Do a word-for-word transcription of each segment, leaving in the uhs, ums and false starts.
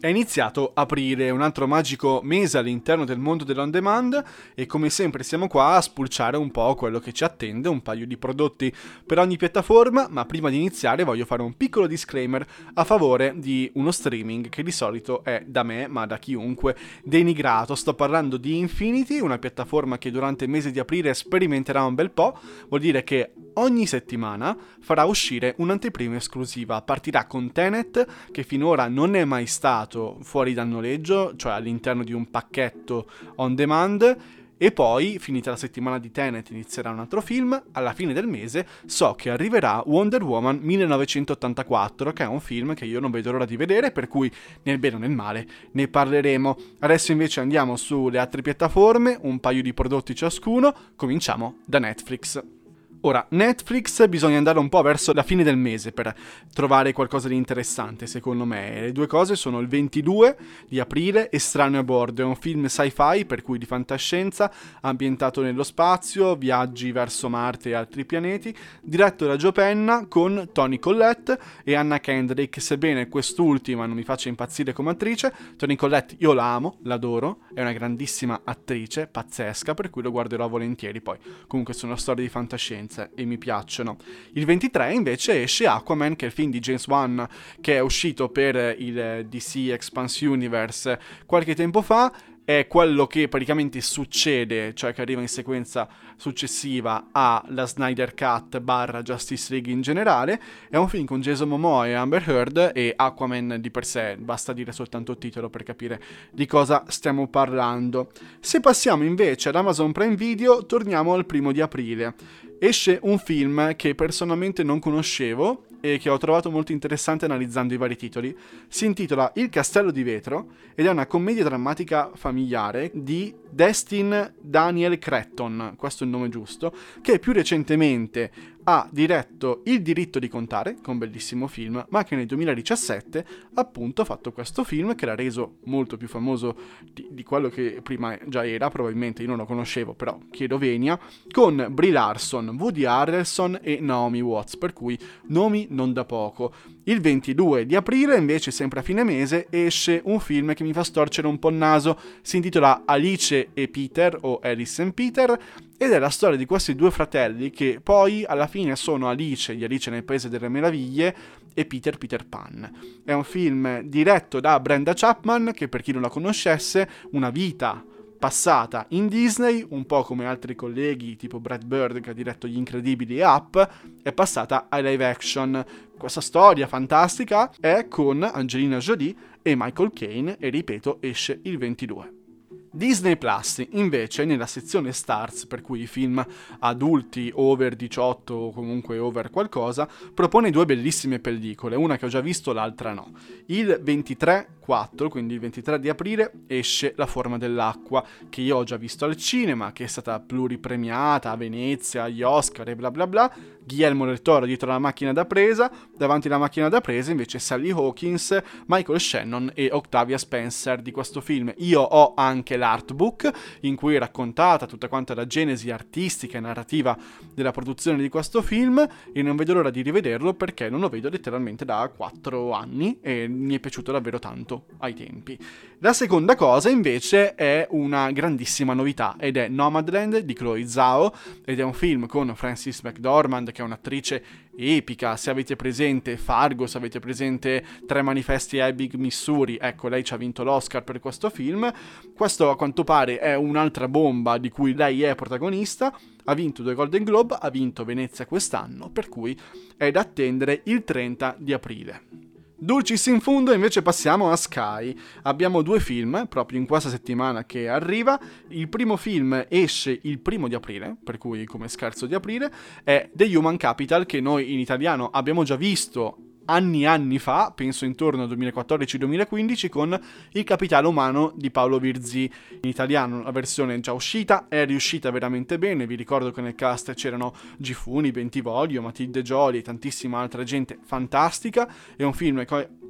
È iniziato aprile, un altro magico mese all'interno del mondo dell'on demand, e come sempre siamo qua a spulciare un po' quello che ci attende, un paio di prodotti per ogni piattaforma, ma prima di iniziare voglio fare un piccolo disclaimer a favore di uno streaming che di solito è da me, ma da chiunque, denigrato. Sto parlando di Infinity, una piattaforma che durante il mese di aprile sperimenterà un bel po', vuol dire che ogni settimana farà uscire un'anteprima esclusiva, partirà con Tenet, che finora non è mai stato fuori dal noleggio, cioè all'interno di un pacchetto on demand, e poi, finita la settimana di Tenet, inizierà un altro film. Alla fine del mese so che arriverà Wonder Woman millenovecentottantaquattro, che è un film che io non vedo l'ora di vedere, per cui nel bene o nel male ne parleremo. Adesso invece andiamo sulle altre piattaforme, un paio di prodotti ciascuno, cominciamo da Netflix. Ora, Netflix bisogna andare un po' verso la fine del mese per trovare qualcosa di interessante, secondo me. Le due cose sono il ventidue di aprile, Estraneo a bordo, è un film sci-fi, per cui di fantascienza, ambientato nello spazio, viaggi verso Marte e altri pianeti, diretto da Joe Penna con Toni Collette e Anna Kendrick, sebbene quest'ultima non mi faccia impazzire come attrice. Toni Collette io la amo, l'adoro, è una grandissima attrice, pazzesca, per cui lo guarderò volentieri. Poi comunque sono storie di fantascienza e mi piacciono. Il ventitré invece esce Aquaman, che è il film di James Wan che è uscito per il D C Expanse Universe qualche tempo fa. È quello che praticamente succede, cioè che arriva in sequenza successiva alla Snyder Cut barra Justice League in generale. È un film con Jason Momoa e Amber Heard, e Aquaman di per sé basta dire soltanto il titolo per capire di cosa stiamo parlando. Se passiamo invece ad Amazon Prime Video, torniamo al primo di aprile. Esce un film che personalmente non conoscevo e che ho trovato molto interessante analizzando i vari titoli. Si intitola Il Castello di Vetro ed è una commedia drammatica familiare di Destin Daniel Cretton, questo è il nome giusto, che più recentemente ha diretto Il diritto di contare, che è un bellissimo film, ma che nel duemiladiciassette appunto ha fatto questo film che l'ha reso molto più famoso di, di quello che prima già era, probabilmente io non lo conoscevo, però chiedo venia, con Brie Larson, Woody Harrelson e Naomi Watts, per cui nomi non da poco. Il ventidue di aprile, invece sempre a fine mese, esce un film che mi fa storcere un po' il naso, si intitola Alice e Peter, o Alice and Peter, ed è la storia di questi due fratelli che poi alla fine sono Alice di Alice nel Paese delle Meraviglie e Peter Peter Pan. È un film diretto da Brenda Chapman, che per chi non la conoscesse, una vita passata in Disney, un po' come altri colleghi tipo Brad Bird che ha diretto Gli Incredibili e Up, è passata ai live action. Questa storia fantastica è con Angelina Jolie e Michael Caine e, ripeto, esce il ventidue. Disney Plus invece nella sezione Stars, per cui i film adulti over diciotto o comunque over qualcosa, propone due bellissime pellicole, una che ho già visto, l'altra no. Il ventitré quattro, quindi il ventitré di aprile, esce La forma dell'acqua, che io ho già visto al cinema, che è stata pluripremiata a Venezia, agli Oscar e bla bla bla. Guillermo del Toro dietro la macchina da presa, davanti alla macchina da presa invece Sally Hawkins, Michael Shannon e Octavia Spencer di questo film. Io ho anche l'artbook in cui è raccontata tutta quanta la genesi artistica e narrativa della produzione di questo film, e non vedo l'ora di rivederlo perché non lo vedo letteralmente da quattro anni e mi è piaciuto davvero tanto ai tempi. La seconda cosa invece è una grandissima novità ed è Nomadland di Chloe Zhao, ed è un film con Frances McDormand, che è un'attrice epica. Se avete presente Fargo, se avete presente Tre manifesti a Ebbing, Missouri, ecco, lei ci ha vinto l'Oscar per questo film. Questo a quanto pare è un'altra bomba di cui lei è protagonista. Ha vinto due Golden Globe, ha vinto Venezia quest'anno, per cui è da attendere il trenta di aprile. Dulcis in fundo invece passiamo a Sky. Abbiamo due film proprio in questa settimana che arriva. Il primo film esce il primo di aprile, per cui come scherzo di aprile, è The Human Capital, che noi in italiano abbiamo già visto anni anni fa, penso intorno al duemilaquattordici duemilaquindici, con Il capitale umano di Paolo Virzì. In italiano la versione è già uscita, è riuscita veramente bene. Vi ricordo che nel cast c'erano Gifuni, Bentivoglio, Matilde Gioli e tantissima altra gente fantastica. È un film che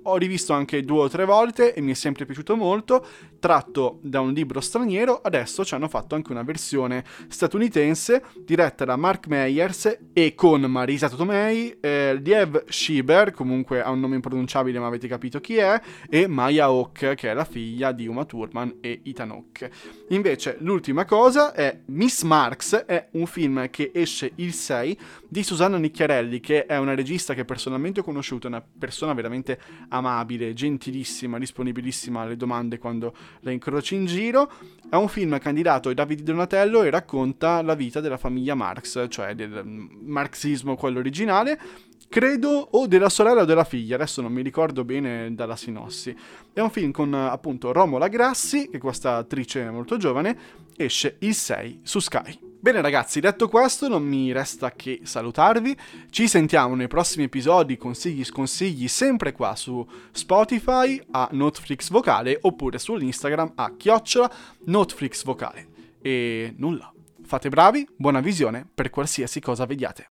ho rivisto anche due o tre volte e mi è sempre piaciuto molto, tratto da un libro straniero. Adesso ci hanno fatto anche una versione statunitense diretta da Mark Meyers e con Marisa Tomei, eh, Liev Schreiber, comunque ha un nome impronunciabile ma avete capito chi è, e Maya Hawke, che è la figlia di Uma Thurman e Ethan Hawke. Invece l'ultima cosa è Miss Marx, è un film che esce il sei di Susanna Nicchiarelli, che è una regista che personalmente ho conosciuto, una persona veramente amabile, gentilissima, disponibilissima alle domande quando la incroci in giro. È un film candidato ai David di Donatello e racconta la vita della famiglia Marx, cioè del marxismo quello originale, credo, o della sorella o della figlia, adesso non mi ricordo bene dalla sinossi. È un film con appunto Romola Grassi, che è questa attrice molto giovane, esce il sei su Sky. Bene ragazzi, detto questo non mi resta che salutarvi, ci sentiamo nei prossimi episodi, consigli sconsigli sempre qua su Spotify a Notflix Vocale oppure sull'Instagram a chiocciola Notflix Vocale. E nulla, fate bravi, buona visione per qualsiasi cosa vediate.